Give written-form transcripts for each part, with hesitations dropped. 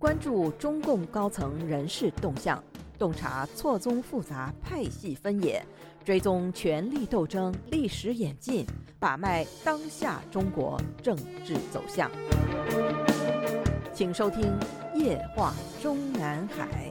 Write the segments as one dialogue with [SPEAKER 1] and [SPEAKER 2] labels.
[SPEAKER 1] 关注中共高层人事动向，洞察错综复杂派系分野，追踪权力斗争历史演进，把脉当下中国政治走向。请收听《夜话中南海》。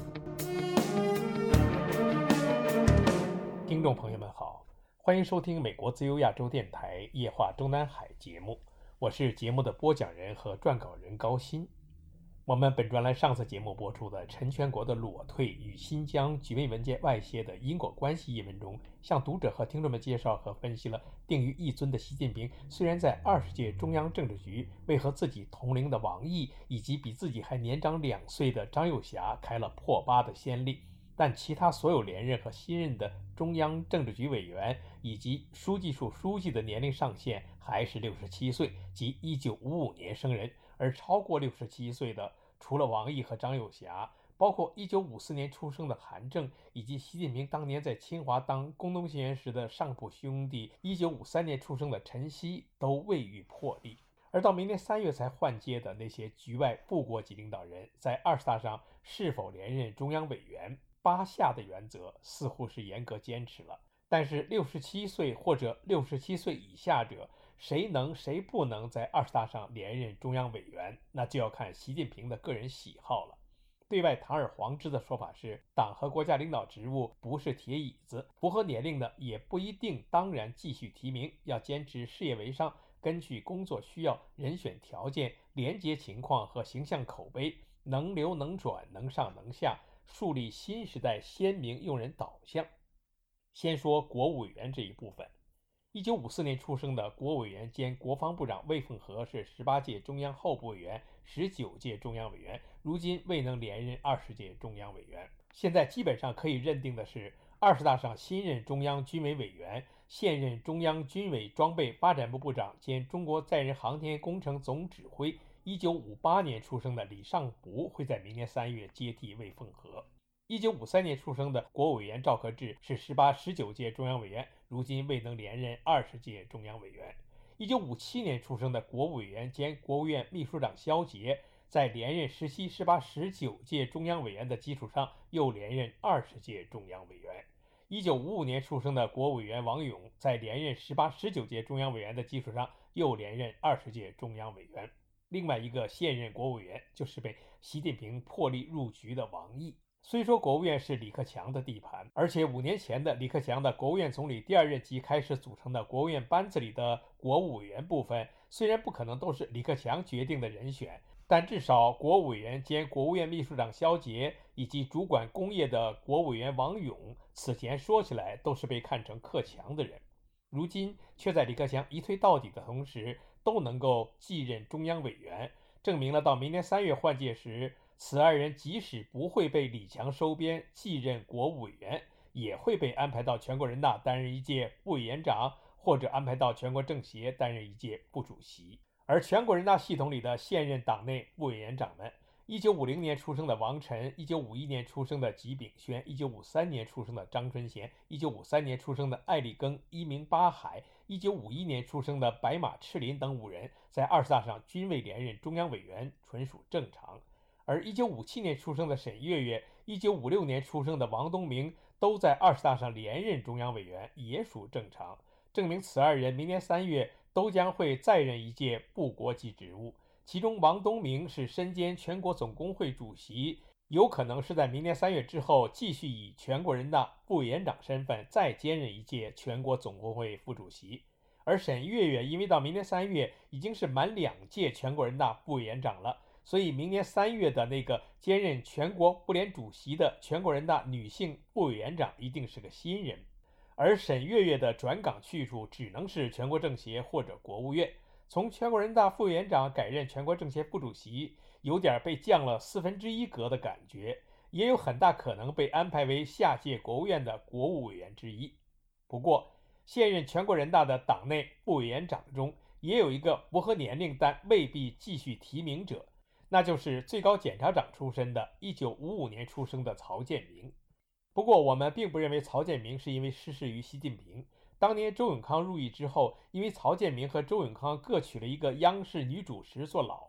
[SPEAKER 2] 听众朋友们好，欢迎收听美国自由亚洲电台《夜话中南海》节目，我是节目的播讲人和撰稿人高鑫。我们本专栏上次节目播出的陈全国的裸退与新疆局内文件外泄的因果关系一文中，向读者和听众们介绍和分析了定于一尊的习近平虽然在20届中央政治局为和自己同龄的王毅以及比自己还年长2岁的张又侠开了破疤的先例，但其他所有连任和新任的中央政治局委员以及书记处书记的年龄上限还是67岁，即1955年生人，而超过67岁的除了王毅和张又侠，包括1954年出生的韩正，以及习近平当年在清华当工农学员时的上铺兄弟1953年出生的陈希，都未予破例。而到明年3月才换届的那些局外部国级领导人，在20大上是否连任中央委员，8下的原则似乎是严格坚持了。但是67岁或者67岁以下者，谁能谁不能在20大上连任中央委员，那就要看习近平的个人喜好了。对外堂而皇之的说法是，党和国家领导职务不是铁椅子，符合年龄的也不一定当然继续提名，要坚持事业为上，根据工作需要、人选条件、廉洁情况和形象口碑，能留能转，能上能下，树立新时代鲜明用人导向。先说国务委员这一部分，1954年出生的国务委员兼国防部长魏凤和是18届中央候补委员、19届中央委员，如今未能连任20届中央委员。现在基本上可以认定的是，20大上新任中央军委委员、现任中央军委装备发展部部长兼中国载人航天工程总指挥1958年出生的李尚福会在明年3月接替魏凤和。1953年出生的国务委员赵克志是18、19届中央委员，如今未能连任20届中央委员。1957年出生的国务委员兼国务院秘书长肖捷，在连任17、18、19届中央委员的基础上，又连任20届中央委员。1955年出生的国务委员王勇，在连任18、19届中央委员的基础上，又连任20届中央委员。另外一个现任国务委员就是被习近平破例入局的王毅。虽说国务院是李克强的地盘，而且5年前的李克强的国务院总理第2任期开始组成的国务院班子里的国务委员部分，虽然不可能都是李克强决定的人选，但至少国务委员兼国务院秘书长肖捷以及主管工业的国务委员王勇，此前说起来都是被看成克强的人，如今却在李克强一推到底的同时，都能够继任中央委员，证明了到明年3月换届时，此2人即使不会被李强收编继任国务委员，也会被安排到全国人大担任一届副委员长，或者安排到全国政协担任一届副主席。而全国人大系统里的现任党内副委员长们，1950年出生的王晨，1951年出生的吉炳轩，1953年出生的张春贤，1953年出生的艾立庚、伊明巴海，1951年出生的白马赤林等5人，在20大上均未连任中央委员，纯属正常。而1957年出生的沈月月，1956年出生的王东明都在20大上连任中央委员，也属正常，证明此2人明年3月都将会再任一届部国级职务。其中王东明是身兼全国总工会主席，有可能是在明年3月之后继续以全国人大副委员长身份再兼任一届全国总工会副主席。而沈月月因为到明年3月已经是满2届全国人大副委员长了，所以明年3月的那个兼任全国妇联主席的全国人大女性副委员长一定是个新人。而沈月月的转岗去处只能是全国政协或者国务院，从全国人大副委员长改任全国政协副主席，有点被降了1/4格的感觉，也有很大可能被安排为下届国务院的国务委员之一。不过现任全国人大的党内副委员长中，也有一个符合年龄但未必继续提名者，那就是最高检察长出身的1955年出生的曹建明。不过我们并不认为曹建明是因为失事于习近平，当年周永康入狱之后，因为曹建明和周永康各娶了一个央视女主持做老婆，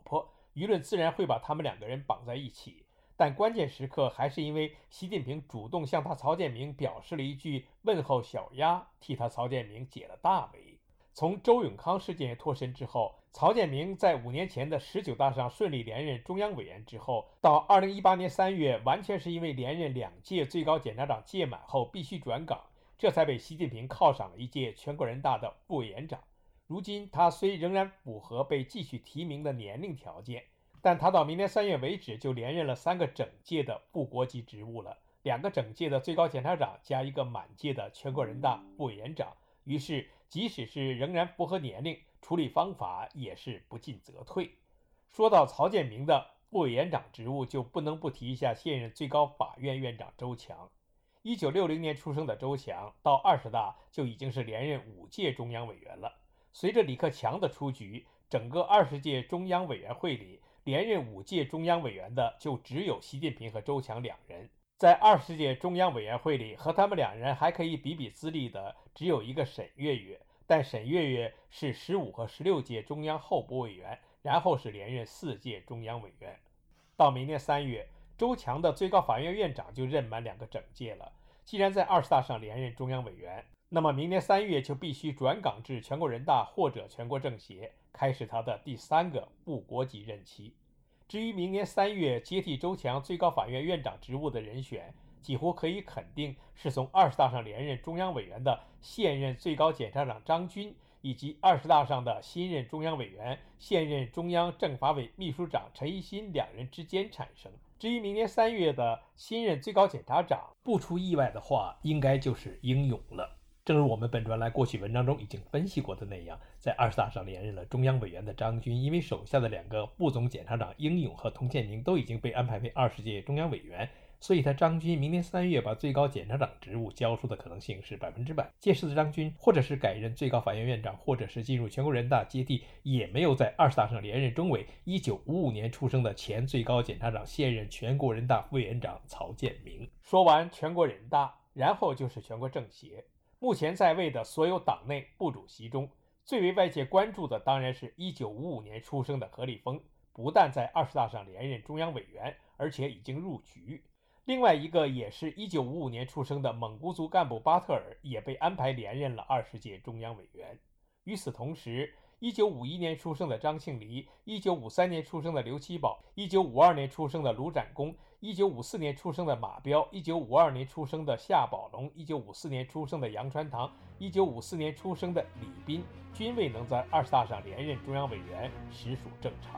[SPEAKER 2] 舆论自然会把他们两个人绑在一起。但关键时刻还是因为习近平主动向他曹建明表示了一句问候小鸭，替他曹建明解了大围。从周永康事件脱身之后，曹建明在5年前的19大上顺利连任中央委员之后，到2018年3月，完全是因为连任2届最高检察长届满后必须转岗，这才被习近平犒赏了一届全国人大的副委员长。如今他虽仍然符合被继续提名的年龄条件，但他到明年3月为止就连任了3个整届的副国级职务了，2个整届的最高检察长加1个满届的全国人大副委员长。于是即使是仍然符合年龄，处理方法也是不进则退。说到曹建明的副委员长职务，就不能不提一下现任最高法院院长周强。1960年出生的周强，到20大就已经是连任5届中央委员了。随着李克强的出局，整个20届中央委员会里，连任5届中央委员的就只有习近平和周强2人。在20届中央委员会里，和他们2人还可以比比资历的只有一个沈月月，但沈月月是15和16届中央候补委员，然后是连任4届中央委员。到明年3月，周强的最高法院院长就任满2个整届了。既然在20大上连任中央委员，那么明年3月就必须转岗至全国人大或者全国政协，开始他的第3个副国级任期。至于明年3月接替周强最高法院院长职务的人选，几乎可以肯定是从20大上连任中央委员的现任最高检察长张军，以及20大上的新任中央委员、现任中央政法委秘书长陈一新2人之间产生。至于明年3月的新任最高检察长，不出意外的话，应该就是英勇了。正如我们本专栏过去文章中已经分析过的那样，在20大上连任了中央委员的张军，因为手下的2个副总检察长英勇和童建明都已经被安排为20届中央委员，所以他张军明年3月把最高检察长职务交出的可能性是100%。届时的张军或者是改任最高法院院长，或者是进入全国人大接替也没有在20大上连任中委1955年出生的前最高检察长、现任全国人大副委员长曹建明。说完全国人大，然后就是全国政协。目前在位的所有党内部主席中，最为外界关注的当然是1955年出生的何立峰，不但在20大上连任中央委员，而且已经入局。另外一个也是1955年出生的蒙古族干部巴特尔也被安排连任了20届中央委员。与此同时，1951年出生的张庆黎，1953年出生的刘奇葆，1952年出生的卢展公，1954年出生的马彪，1952年出生的夏宝龙，1954年出生的杨传堂，1954年出生的李斌，均未能在20大上连任中央委员，实属正常。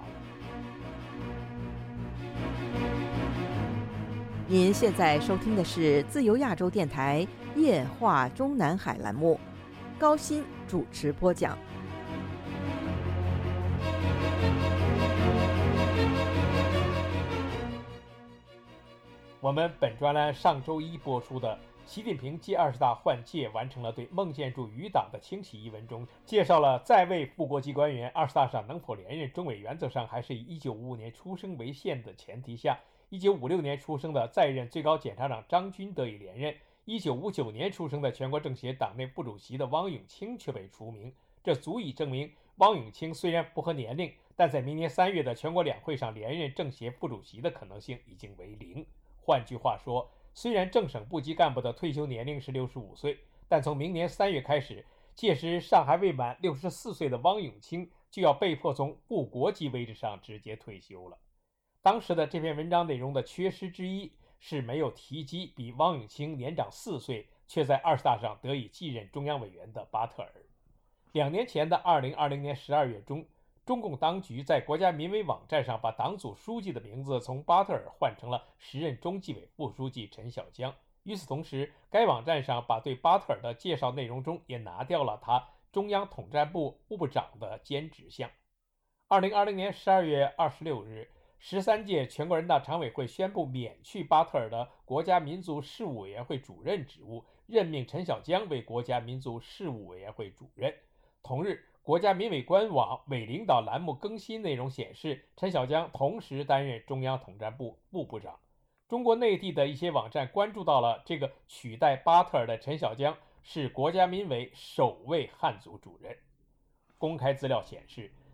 [SPEAKER 1] 您现在收听的是自由亚洲电台夜话中南海栏目，高鑫主持播讲。
[SPEAKER 2] 我们本专栏上周一播出的习近平继20大换届完成了对孟建柱余党的清洗一文中，介绍了在位副国级官员20大上能否连任中委，原则上还是以1955年出生为限的前提下，1956年出生的在任最高检察长张军得以连任，1959年出生的全国政协党内副主席的汪永清却被除名。这足以证明汪永清虽然符合年龄，但在明年3月的全国两会上连任政协副主席的可能性已经为0。换句话说，虽然正省部级干部的退休年龄是65岁，但从明年3月开始，届时尚还未满64岁的汪永清就要被迫从副国级位置上直接退休了。当时的这篇文章内容的缺失之一是没有提及比汪永清年长4岁却在20大上得以继任中央委员的巴特尔。2年前的2020年12月中，中共当局在国家民委网站上把党组书记的名字从巴特尔换成了时任中纪委副书记陈小江。与此同时，该网站上把对巴特尔的介绍内容中也拿掉了他中央统战部副部长的兼职项。2020年12月26日，13届全国人大常委会宣布免去巴特尔的国家民族事务委员会主任职务，任命陈小江为国家民族事务委员会主任。同日，国家民委官网委领导栏目更新内容显示，陈小江同时担任中央统战部副部长。中国内地的一些网站关注到了这个取代巴特尔的陈小江是国家民委首位汉族主任。公开资料显示，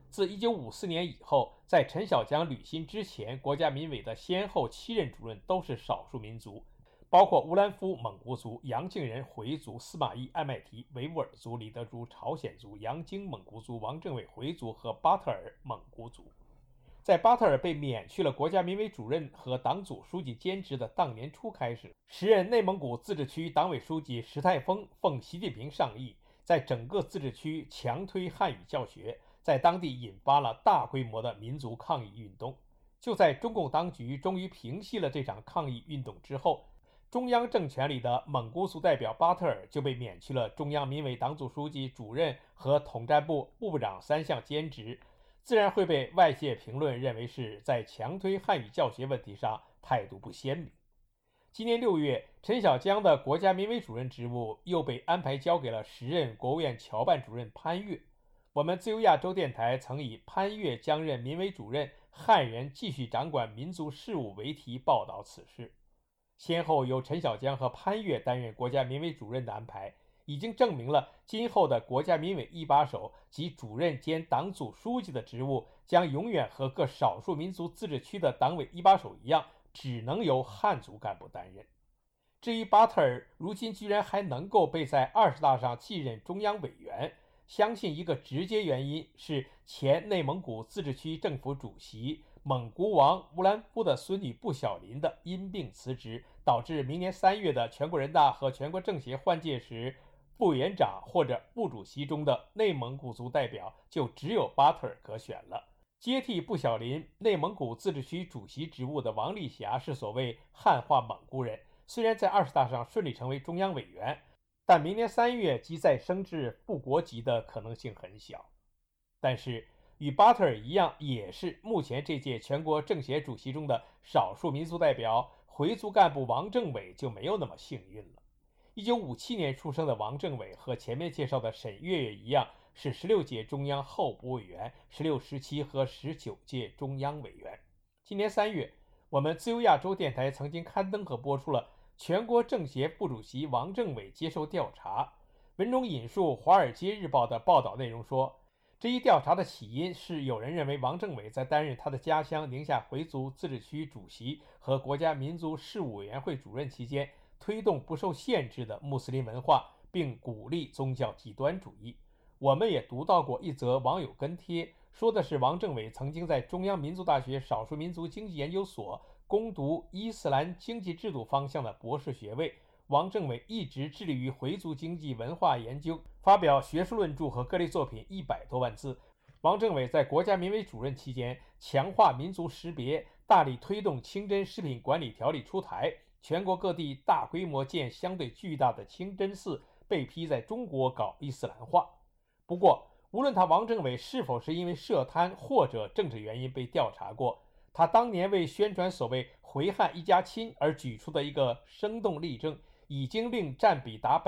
[SPEAKER 2] 自1954年以后，在陈小江履新之前，国家民委的先后7任主任都是少数民族，包括乌兰夫蒙古族、杨靖人回族、司马懿艾麦提维吾尔族、李德珠朝鲜族、杨京蒙古族、王政委回族和巴特尔蒙古族。在巴特尔被免去了国家民委主任和党组书记兼职的当年初开始，时任内蒙古自治区党委书记石泰峰奉习近平上意，在整个自治区强推汉语教学，在当地引发了大规模的民族抗议运动。就在中共当局终于平息了这场抗议运动之后，中央政权里的蒙古族代表巴特尔就被免去了中央民委党组书记、主任和统战部部长3项兼职，自然会被外界评论认为是在强推汉语教学问题上态度不鲜明。今年6月，陈小江的国家民委主任职务又被安排交给了时任国务院侨办主任潘岳。我们自由亚洲电台曾以潘岳将任民委主任，汉人继续掌管民族事务为题报道此事。先后由陈小江和潘岳担任国家民委主任的安排，已经证明了今后的国家民委一把手及主任兼党组书记的职务将永远和各少数民族自治区的党委一把手一样，只能由汉族干部担任。至于巴特尔如今居然还能够被在20大上继任中央委员，相信一个直接原因是前内蒙古自治区政府主席蒙古王乌兰夫的孙女布小林的因病辞职，导致明年3月的全国人大和全国政协换届时，副委员长或者副主席中的内蒙古族代表就只有巴特尔可选了。接替布小林内蒙古自治区主席职务的王丽霞是所谓汉化蒙古人，虽然在20大上顺利成为中央委员，但明年3月即再升至副国级的可能性很小。但是与巴特尔一样，也是目前这届全国政协主席中的少数民族代表回族干部王政委就没有那么幸运了。1957年出生的王政委和前面介绍的沈月月一样，是16届中央候补委员、16、17和19届中央委员。今年3月，我们自由亚洲电台曾经刊登和播出了全国政协副主席王政委接受调查。文中引述《华尔街日报》的报道内容说，这一调查的起因是有人认为王政委在担任他的家乡宁夏回族自治区主席和国家民族事务委员会主任期间，推动不受限制的穆斯林文化，并鼓励宗教极端主义。我们也读到过一则网友跟帖，说的是王政委曾经在中央民族大学少数民族经济研究所攻读伊斯兰经济制度方向的博士学位。王政委一直致力于回族经济文化研究，发表学术论著和各类作品100多万字。王政委在国家民委主任期间，强化民族识别，大力推动清真食品管理条例出台，全国各地大规模建相对巨大的清真寺，被批在中国搞伊斯兰化。不过，无论他王政委是否是因为涉贪或者政治原因被调查过，他当年为宣传所谓回汉一家亲而举出的一个生动例证，已经令占比达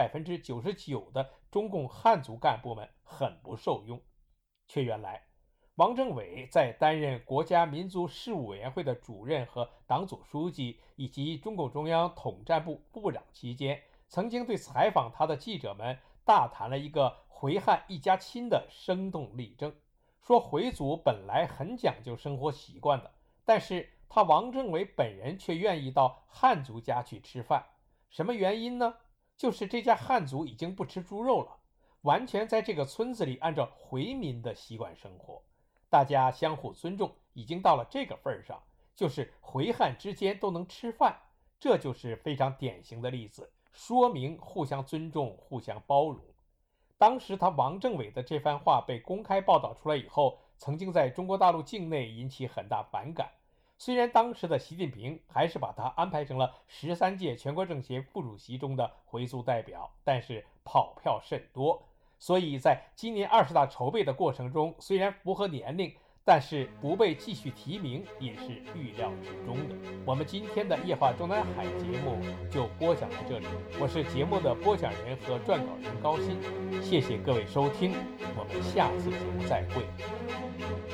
[SPEAKER 2] 99%的中共汉族干部们很不受用。却原来，王政委在担任国家民族事务委员会的主任和党组书记，以及中共中央统战部部长期间，曾经对采访他的记者们大谈了一个回汉一家亲的生动例证，说回族本来很讲究生活习惯的，但是他王政委本人却愿意到汉族家去吃饭。什么原因呢？就是这家汉族已经不吃猪肉了，完全在这个村子里按照回民的习惯生活，大家相互尊重，已经到了这个份上，就是回汉之间都能吃饭，这就是非常典型的例子，说明互相尊重、互相包容。当时他王政委的这番话被公开报道出来以后，曾经在中国大陆境内引起很大反感。虽然当时的习近平还是把他安排成了13届全国政协副主席中的回族代表，但是跑票甚多，所以在今年20大筹备的过程中，虽然符合年龄，但是不被继续提名也是预料之中的。我们今天的夜话中南海节目就播讲到这里，我是节目的播讲人和撰稿人高鑫，谢谢各位收听，我们下次节目再会。